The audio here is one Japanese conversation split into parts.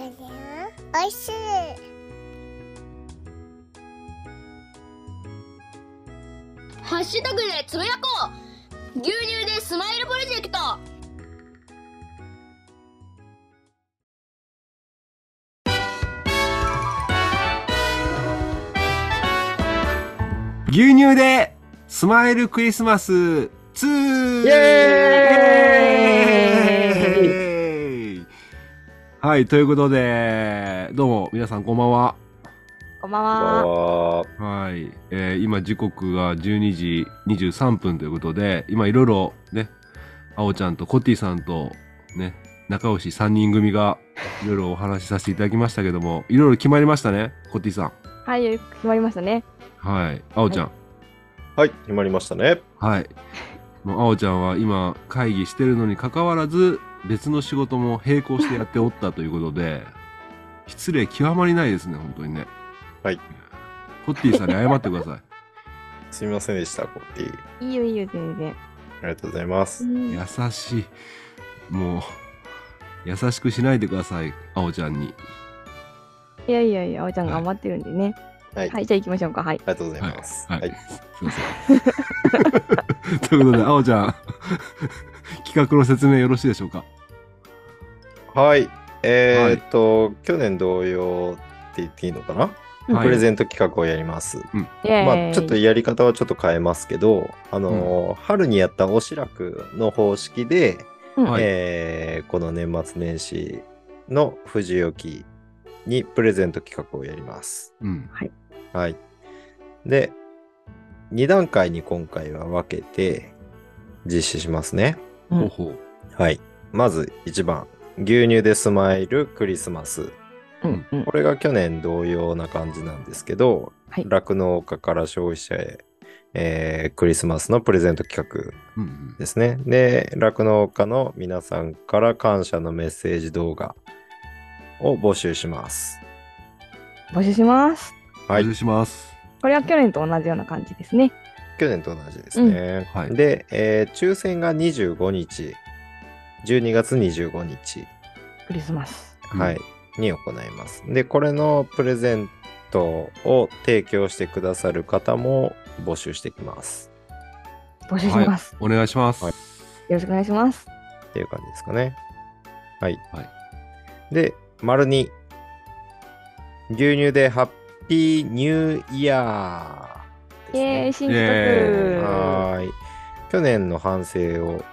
おいしい。 ハッシュタグでつぶやこう。牛乳でスマイルプロジェクト。 牛乳でスマイルクリスマス2。 イエーイ。はい、ということで、どうも皆さんこんばんは。 こんばんは。 はい、今時刻が12時23分ということで、今いろいろね、あおちゃんとコッティさんとね、仲良し3人組がいろいろお話しさせていただきましたけども、いろいろ決まりましたね、コッティさん。 はい、決まりましたね。 はい、あおちゃん。 はい、決まりましたね。 はい。もうあおちゃんは今会議してるのに関わらず、別の仕事も並行してやっておったということで、失礼極まりないですね、本当にね。 はい。 コッティさんに謝ってください。 すみませんでした、コッティ。 いいよいいよ、全然。 ありがとうございます。 優しい。もう、優しくしないでください、あおちゃんに。 いやいやいや、あおちゃん頑張ってるんでね。 はい。 はい、じゃあ行きましょうか。はい。 ありがとうございます。 はい。すいません。ということで、あおちゃん、企画の説明よろしいでしょうか。 はい。去年同様って言っていいのかな、 はいプレゼント企画をやります。 イエーイ。 まあ、ちょっとやり方はちょっと変えますけど、春にやったおしらくの方式で、 はいこの年末年始の藤置にプレゼント企画をやります。はい。で、2段階に今回は分けて実施しますね。 ほうほう。 はい。まず1番、牛乳でスマイルクリスマス。これが去年同様な感じなんですけど、酪農家から消費者へ、クリスマスのプレゼント企画ですね。で、酪農家の皆さんから感謝のメッセージ動画を募集します。 募集します。 はい。 募集します。 これは去年と同じような感じですね。 去年と同じですね。で、抽選が25日、12月25日。 クリスマス。 はい。に行います。で、これのプレゼントを提供してくださる方も募集してきます。 募集します。 お願いします。 よろしくお願いします。 っていう感じですかね。はい。で、丸2。牛乳でハッピーニューイヤー。 イエーイ、新企画。 はい。去年の反省を、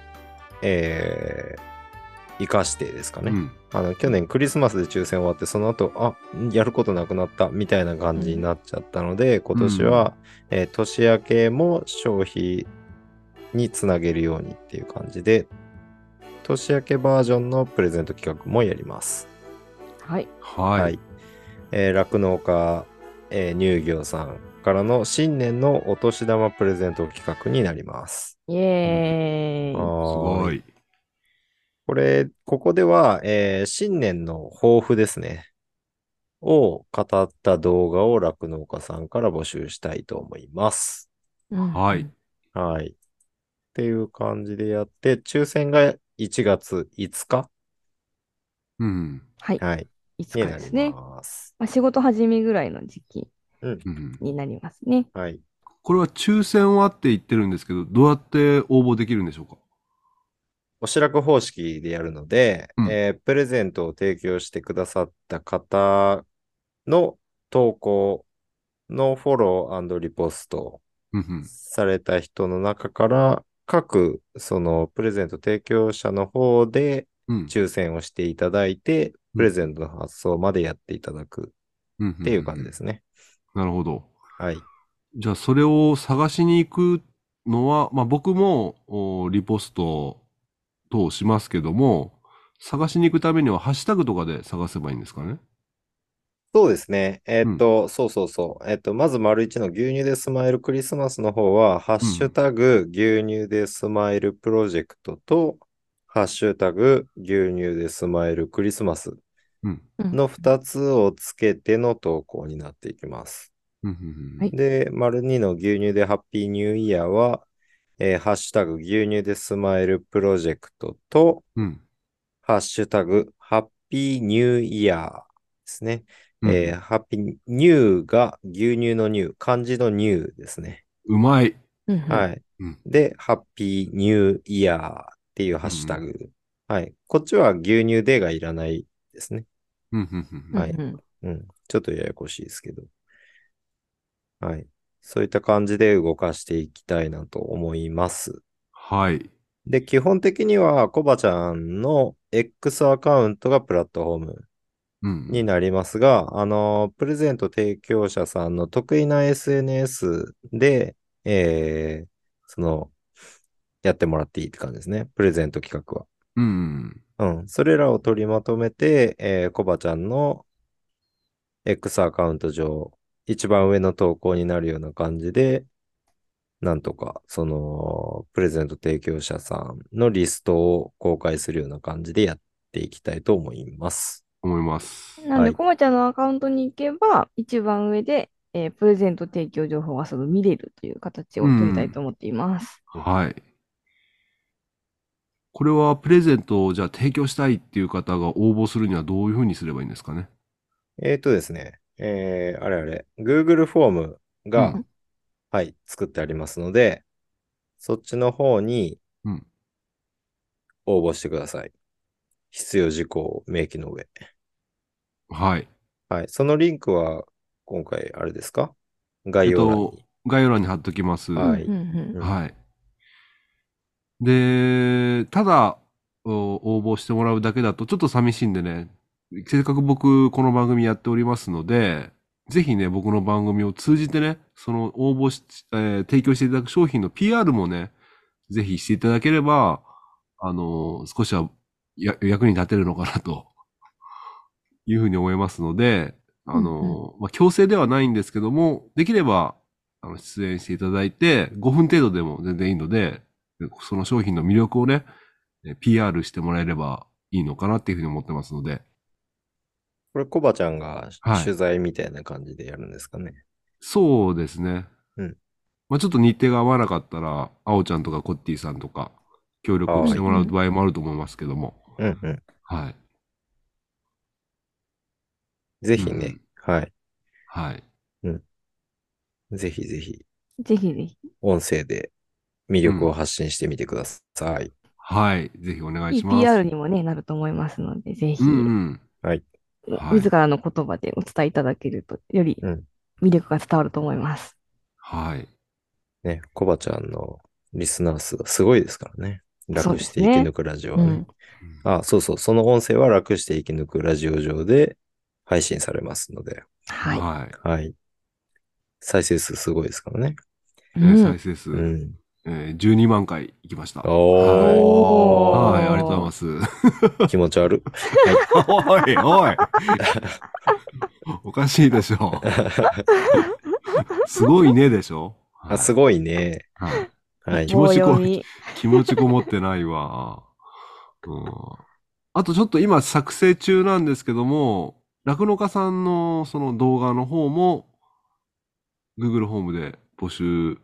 生かしてですかね。去年クリスマスで抽選終わって、その後、やることなくなったみたいな感じになっちゃったので、今年は、年明けも消費につなげるようにっていう感じで、年明けバージョンのプレゼント企画もやります。 はい。 はい。 酪農家、乳業さんからの新年のお年玉プレゼント企画になります。 イエーイ。 すごい。 ここでは、新年の抱負ですね。を語った動画を酪農家さんから募集したいと思います。 はい。 はい。っていう感じでやって、抽選が1月5日。 はい。 はい。 5日ですね。まあ、仕事始めぐらいの時期になりますね。 はい。 これは抽選はって言ってるんですけど、どうやって応募できるんでしょうか。 おしらく方式でやるので、プレゼントを提供してくださった方の投稿のフォロー&リポストされた人の中から各そのプレゼント提供者の方で抽選をしていただいて、プレゼントの発送までやっていただくっていう感じですね。 なるほど。 はい。 じゃあそれを探しに行くのは、まあ僕もリポスト等しますけども、探しに行くためにはハッシュタグとかで探せばいいんですかね。 そうですね。まず丸1の牛乳でスマイルクリスマスの方は、ハッシュタグ牛乳でスマイルプロジェクトと、ハッシュタグ牛乳でスマイルクリスマスの2つをつけての投稿になっていきます。で、丸2の牛乳でハッピーニューイヤーは、ハッシュタグ牛乳でスマイルプロジェクトと、ハッシュタグハッピーニューイヤーですね。 うんハッピーニューが牛乳の乳、漢字の乳ですね。 うまい。 はい。 うんで、ハッピーニューイヤーっていうハッシュタグ。はい。こっちは牛乳でがいらないですね。 うんうんはい。ちょっとややこしいですけど。はい。そういった感じで動かしていきたいなと思います。 はい。 で、基本的には、コバちゃんの X アカウントがプラットフォームになりますが、プレゼント提供者さんの得意な SNS で、やってもらっていいって感じですね。プレゼント企画は。それらを取りまとめて、コバちゃんの X アカウント上、一番上の投稿になるような感じで、なんとか、プレゼント提供者さんのリストを公開するような感じでやっていきたいと思います。 思います。 なんで、コマちゃんのアカウントに行けば、一番上で、プレゼント提供情報がすぐ見れるという形を取りたいと思っています。 はい。これはプレゼントをじゃあ提供したいっていう方が応募するにはどういうふうにすればいいんですかね。 ですね、Google フォームが、はい、作ってありますので、そっちの方に応募してください。必要事項を明記の上。 はい。 はい。そのリンクは、今回、あれですか？概要欄に。 概要欄に貼っときます。 はい。 はい。で、ただ、応募してもらうだけだとちょっと寂しいんでね、せっかく僕この番組やっておりますので、ぜひね、僕の番組を通じてね、その応募し、提供していただく商品の PR もね、ぜひしていただければ、少しは役に立てるのかなというふうに思いますので、強制ではないんですけども、できれば、出演していただいて、5分程度でも全然いいので、その商品の魅力をね、PR してもらえればいいのかなっていうふうに思ってますので。 これ、コバちゃんが取材みたいな感じでやるんですかね。 そうですね。ちょっと日程が合わなかったら、あおちゃんとかコッティさんとか、協力してもらう場合もあると思いますけども。はい。 ぜひね、はい。 はい。 ぜひぜひ。 ぜひぜひ。 音声で魅力を発信してみてください。 はい。ぜひお願いします。 いい PR にもね、なると思いますので、ぜひ。 はい。 自らの言葉でお伝えいただけると、より魅力が伝わると思います。 はい。 ね、コバちゃんのリスナー数がすごいですからね。楽して生き抜くラジオはね。そうそう。その音声は楽して生き抜くラジオ上で配信されますので。 はい。 再生数すごいですからね。 再生数。12万回いきました。はい。ありがとうございます。 気持ち悪い。 おい、おい。おかしいでしょ。すごいねでしょ。 すごいね。 はい。気持ちこもってないわ。あとちょっと今作成中なんですけども、酪農家さんのその動画の方も、Google ホームで募集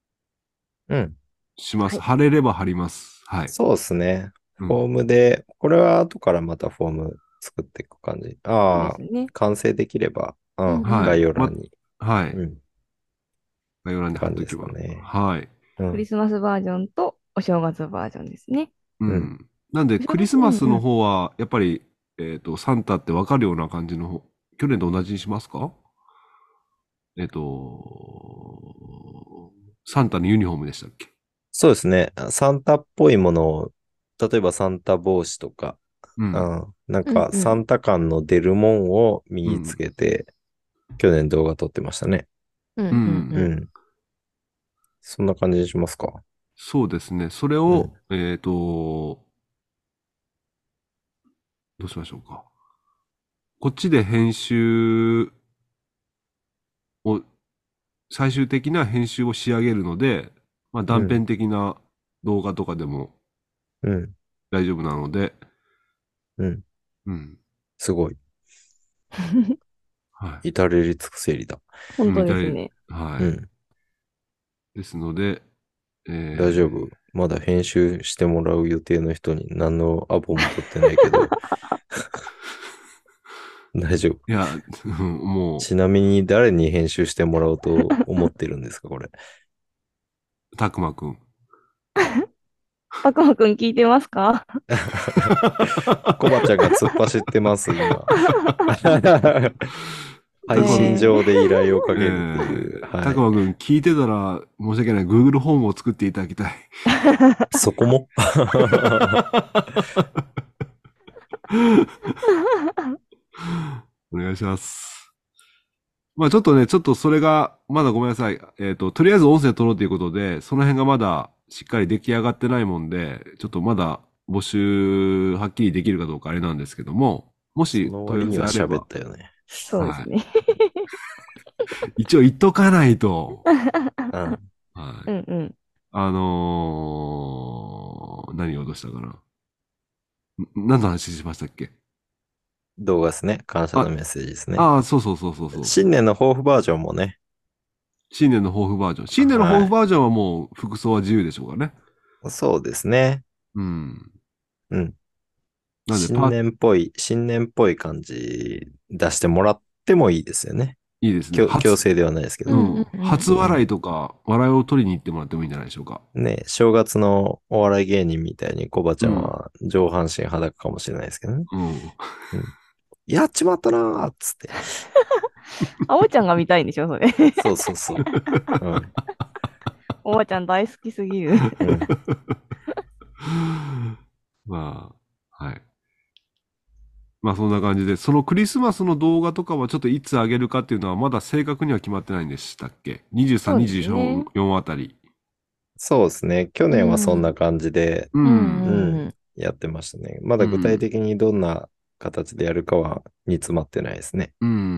します。貼れれば貼ります。はい。 そうですね。フォームで、これは後からまたフォーム作っていく感じ。完成できれば、概要欄に。 はい。概要欄に貼っておけばね。はい。 クリスマスバージョンとお正月バージョンですね。 なんで、クリスマスの方は、やっぱり、サンタってわかるような感じの方、去年と同じにしますか？サンタのユニフォームでしたっけ？ そうですね。サンタっぽいものを、例えばサンタ帽子とか、なんかサンタ感の出るもんを身につけて、去年動画撮ってましたね。そんな感じにしますか？ そうですね。それを、どうしましょうか。こっちで編集を、最終的な編集を仕上げるので、断片的な動画とかでも大丈夫なので、 すごい。至れり尽くせりだ。 本当ですね。 はい。ですので、 大丈夫。まだ編集してもらう予定の人に何のアポも取ってないけど。 大丈夫。 いや、もちなみに誰に編集してもらおうと思ってるんですか、これ。 う、たくまくん。 パクマくん聞いてますか？ コバちゃんが突っ走ってます、今。配信上で依頼をかけるっていう。 たくまくん聞いてたら申し訳ない。Google ホームを作っていただきたい。 そこもお願いします。まあちょっとそれが、まだごめんなさい。とりあえず音声取ろうということで、その辺がまだしっかり出来上がってないもんで、ちょっとまだ募集はっきりできるかどうかあれなんですけども、もしその問い割には合わせあれば喋っ、たよね。 そうですね。 一応言っとかないと。 うん。 はい。 うんうん。 何を落としたかな。何の話しましたっけ？ 動画ですね。感謝のメッセージですね。 ああ、そうそうそうそうそう。 新年の抱負バージョンもね。 新年の抱負バージョン。新年の抱負バージョンはもう服装は自由でしょうかね。 そうですね。 うん。 うん。 なんで新年っぽい感じ出してもらってもいいですよね。 いいですね。 強制ではないですけど。 初笑いとか、笑いを取りに行ってもらってもいいんじゃないでしょうか。 ね、正月のお笑い芸人みたいにコバちゃんは上半身裸かもしれないですけどね。やっちまったなーっつって。 あおちゃんが見たいんでしょ、それ。 そうそうそう。 おばちゃん大好きすぎる。 まあ、はい。まあそんな感じで、そのクリスマスの動画とかはちょっといつ上げるかっていうのはまだ正確には決まってないんでしたっけ？ 23、24あたり。 そうですね。去年はそんな感じで、やってましたね。まだ具体的にどんな形でやるかは煮詰まってないですね。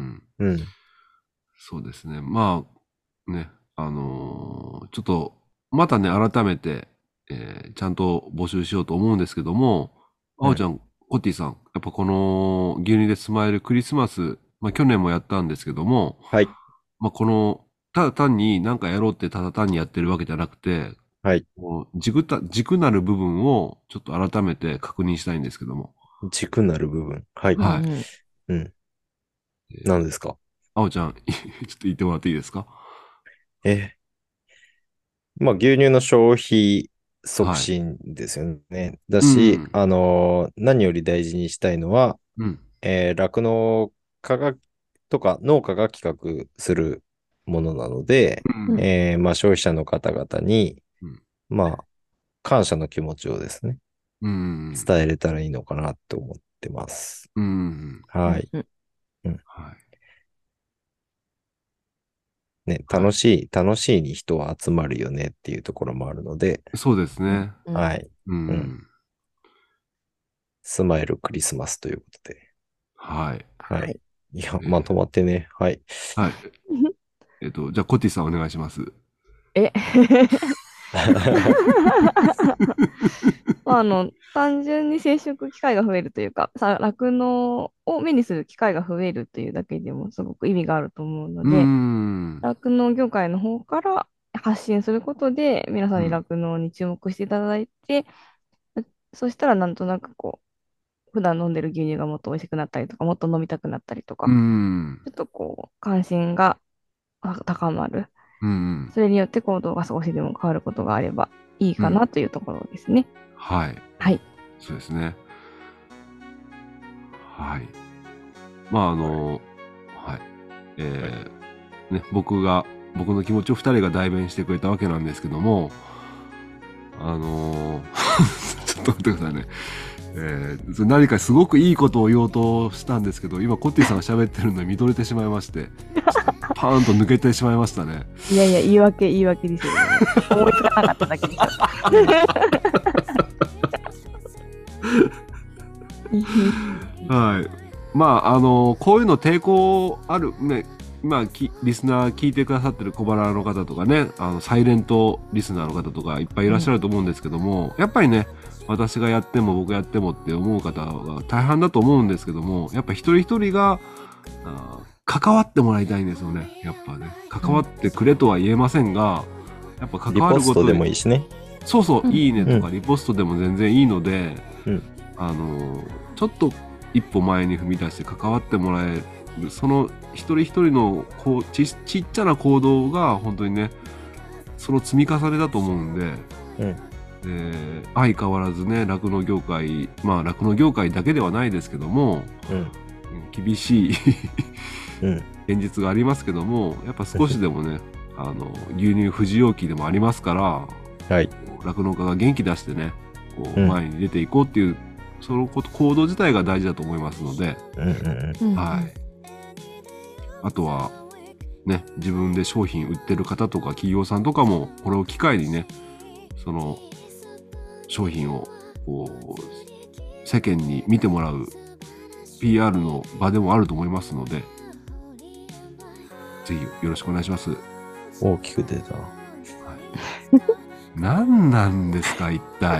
そうですね。まあ、ね、ちょっと、またね、改めて、ちゃんと募集しようと思うんですけども、あおちゃん、コッティさん、やっぱこの牛乳でスマイルクリスマス、まあ去年もやったんですけども、 はい。 まあこの、ただ単に何かやろうってただ単にやってるわけじゃなくて、 はい。 軸なる部分をちょっと改めて確認したいんですけども。 軸なる部分。はい。 はい。 何ですか？ あおちゃん、ちょっと言ってもらっていいですか？ まあ牛乳の消費促進ですよね。だし、何より大事にしたいのは、酪農家がとか農家が企画するものなので、まあ消費者の方々に、まあ感謝の気持ちをですね、伝えれたらいいのかなと思ってます。はい。ね、楽しいに人は集まるよねっていうところもあるので。 そうですね。 はい。スマイルクリスマスということで。 はい。 はい。いや、まとまってね。はい。 はい。じゃあ、コティさんお願いします。 単純に接触機会が増えるというか、酪農を目にする機会が増えるというだけでもすごく意味があると思うので、酪農業界の方から発信することで、皆さんに酪農に注目していただいて、そしたらなんとなくこう、普段飲んでる牛乳がもっと美味しくなったりとか、もっと飲みたくなったりとか、ちょっとこう、関心が高まる。それによって行動が少しでも変わることがあればいいかなというところですね。 はい。 はい。 そうですね。はい。まあはい。ね、僕の気持ちを2人が代弁してくれたわけなんですけども、ちょっと待ってくださいね。何かすごくいいことを言おうとしたんですけど、今コッティさんが喋ってるのに見とれてしまいまして、パーンと抜けてしまいましたね。 いやいや、言い訳ですよね。思いつかなかっただけでしょ。 はい。まあ、こういうの抵抗ある、ね、今、リスナー聞いてくださってる小腹の方とかね、サイレントリスナーの方とかいっぱいいらっしゃると思うんですけども、やっぱりね、私がやっても僕やってもって思う方が大半だと思うんですけども、やっぱ一人一人が、関わってもらいたいんですよね。やっぱね。関わってくれとは言えませんが、やっぱ関わることで。リポストでもいいしね。 そうそう、いいねとかリポストでも全然いいので、ちょっと一歩前に踏み出して関わってもらえる、その一人一人のちっちゃな行動が本当にね、その積み重ねだと思うんで、相変わらずね、酪農業界、まあ酪農業界だけではないですけども、厳しい現実がありますけども、やっぱ少しでもね、牛乳不自容期でもありますから、酪農家が元気出してね、こう前に出ていこうっていう、その行動自体が大事だと思いますので、はい。あとはね、自分で商品売ってる方とか企業さんとかもこれを機会にね、その商品をこう世間に見てもらう PR の場でもあると思いますので、ぜひよろしくお願いします。 大きく出た。 何なんですか一体。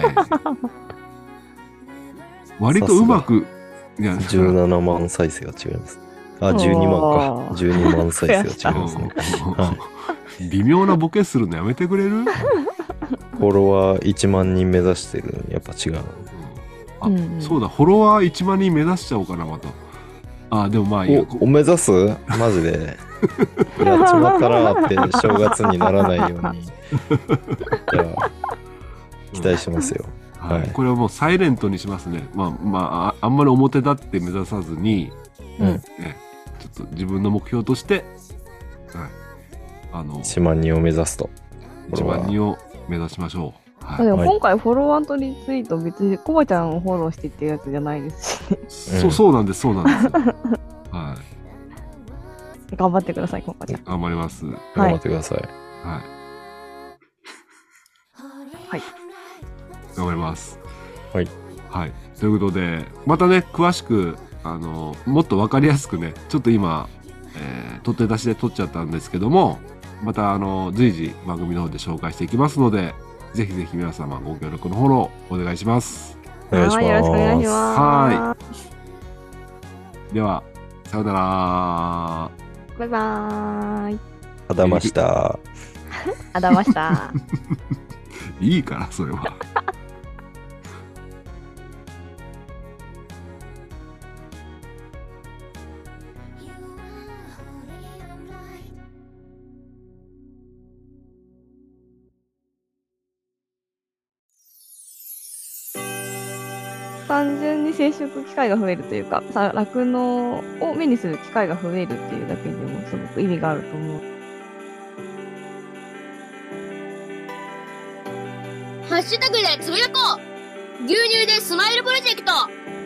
割とうまく、いや、 17万再生が違います。あ、12万か。12万再生が違いますね。 微妙なボケするのやめてくれる？ フォロワー1万人目指してるのにやっぱ違う。 あ、そうだ、フォロワー1万人目指しちゃおうかな、また。あ、でもまあいいや。 お目指す？マジで。やっちまったなーって正月にならないように。じゃあ、期待しますよ。 はい。これはもうサイレントにしますね。まあ、あんまり表立って目指さずに、ちょっと自分の目標として、 1万人を目指すと。 1万人を目指しましょう。 でも今回フォロワーとリツイート別にコバちゃんをフォローしてっていうやつじゃないですしね。 そうなんです、そうなんです。はい。 頑張ってください、コバちゃん。 頑張ります。 頑張ってください。 はい。頑張ります。はい。ということで、またね、詳しく、もっとわかりやすくね、ちょっと今、取って出しで撮っちゃったんですけども、また随時番組の方で紹介していきますので、ぜひぜひ皆様ご協力のフォローお願いします。 お願いします。 よろしくお願いします。 では、さようなら。 バイバーイ。 あだました。 あだました。 いいから、それは。 単純に接触機会が増えるというか、酪農を目にする機会が増えるっていうだけでもすごく意味があると思う。 ハッシュタグでつぶやこう。牛乳でスマイルプロジェクト。